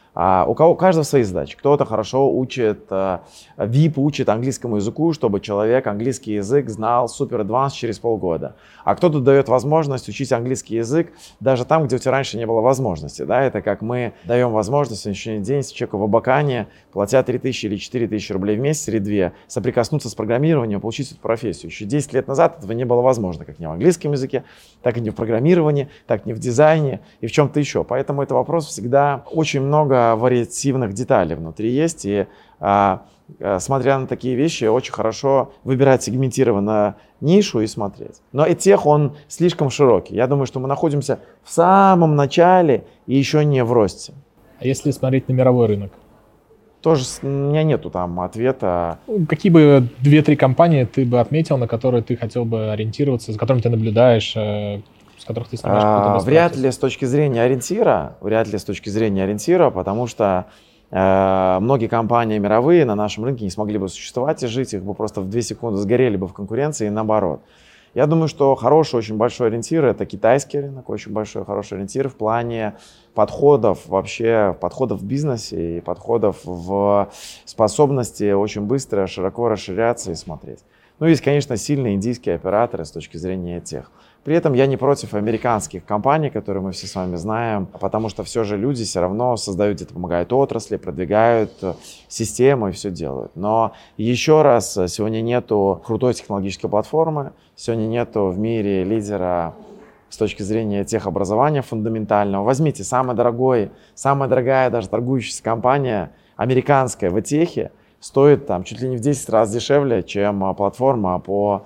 У каждого свои задачи. Кто-то хорошо учит, VIP учит английскому языку, чтобы человек английский язык знал супер advanced через полгода. А кто-то дает возможность учить английский язык даже там, где у тебя раньше не было возможности. Да? Это как мы даем возможность на сегодняшний день человеку в Абакане, платя 3000 или 4000 рублей в месяц или 2, соприкоснуться с программированием, получить эту профессию. Еще 10 лет назад этого не было возможно, как ни в английском языке, так и не в программировании, так и не в дизайне и в чем-то еще. Поэтому это вопрос всегда очень много вариативных деталей внутри есть, и смотря на такие вещи, очень хорошо выбирать сегментированно нишу и смотреть. Но EdTech, он слишком широкий. Я думаю, что мы находимся в самом начале и еще не в росте. А если смотреть на мировой рынок? Тоже у меня нету там ответа. Какие бы 2-3 компании ты бы отметил, на которые ты хотел бы ориентироваться, за которыми ты наблюдаешь, с которых ты снимаешь какую-то Вряд ли с точки зрения ориентира, потому что многие компании мировые на нашем рынке не смогли бы существовать и жить, их бы просто в 2 секунды сгорели бы в конкуренции и наоборот. Я думаю, что хороший, очень большой ориентир – это китайский рынок, очень большой, хороший ориентир в плане подходов вообще, подходов в бизнесе и подходов в способности очень быстро, широко расширяться и смотреть. Ну, есть, конечно, сильные индийские операторы с точки зрения тех. При этом я не против американских компаний, которые мы все с вами знаем, потому что все же люди все равно создают, где-то помогают отрасли, продвигают систему и все делают. Но еще раз, сегодня нету крутой технологической платформы, сегодня нету в мире лидера с точки зрения техобразования фундаментального. Возьмите самая дорогая даже торгующаяся компания американская в техе стоит там чуть ли не в 10 раз дешевле, чем платформа по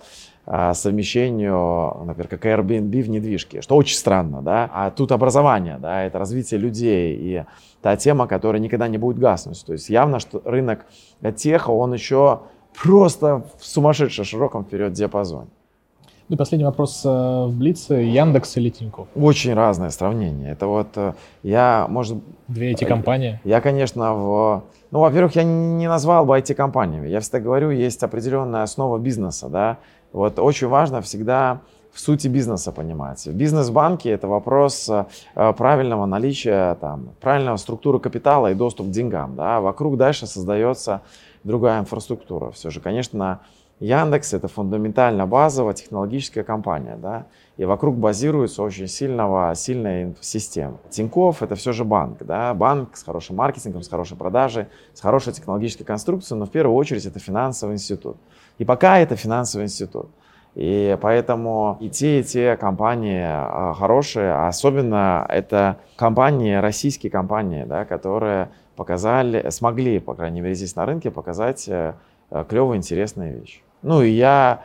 совмещению, например, как Airbnb в недвижке, что очень странно, да, а тут образование, да, это развитие людей и та тема, которая никогда не будет гаснуть, то есть явно, что рынок теха, он еще просто в сумасшедшем широком вперед диапазоне. Ну и последний вопрос в Блице, Яндекс или Тинькофф? Очень разное сравнение, это вот я, может... 2 IT-компании? Я, конечно, во-первых, я не назвал бы IT-компаниями, я всегда говорю, есть определенная основа бизнеса, да. Вот очень важно всегда в сути бизнеса понимать. Бизнес в банке – это вопрос правильного наличия, правильного структуры капитала и доступ к деньгам. Да? Вокруг дальше создается другая инфраструктура. Все же, конечно, Яндекс – это фундаментально базовая технологическая компания. Да? И вокруг базируется очень сильная система. Тинькофф – это все же банк. Да? Банк с хорошим маркетингом, с хорошей продажей, с хорошей технологической конструкцией, но в первую очередь это финансовый институт. И пока это финансовый институт. И поэтому и те компании хорошие, а особенно это компании, российские компании, да, которые смогли, по крайней мере, здесь на рынке показать клевые, интересные вещи. Ну и я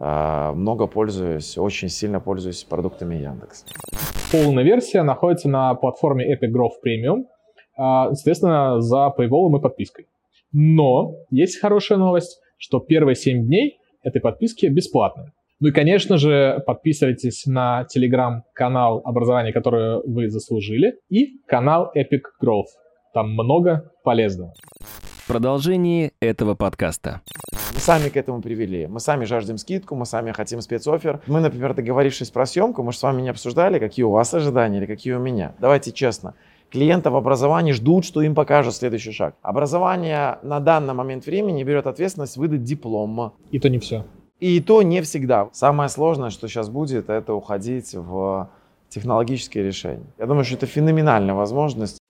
очень сильно пользуюсь продуктами Яндекс. Полная версия находится на платформе Epic Growth Premium, соответственно, за paywall и подпиской. Но есть хорошая новость, что первые 7 дней этой подписки бесплатны. Ну и, конечно же, подписывайтесь на телеграм-канал образования, которое вы заслужили, и канал Epic Growth. Там много полезного. В продолжении этого подкаста. Мы сами к этому привели. Мы сами жаждем скидку, мы сами хотим спецоффер. Мы, например, договорившись про съемку, мы же с вами не обсуждали, какие у вас ожидания или какие у меня. Давайте честно. Клиенты в образовании ждут, что им покажут следующий шаг. Образование на данный момент времени берет ответственность выдать диплом. И то не все. И то не всегда. Самое сложное, что сейчас будет, это уходить в технологические решения. Я думаю, что это феноменальная возможность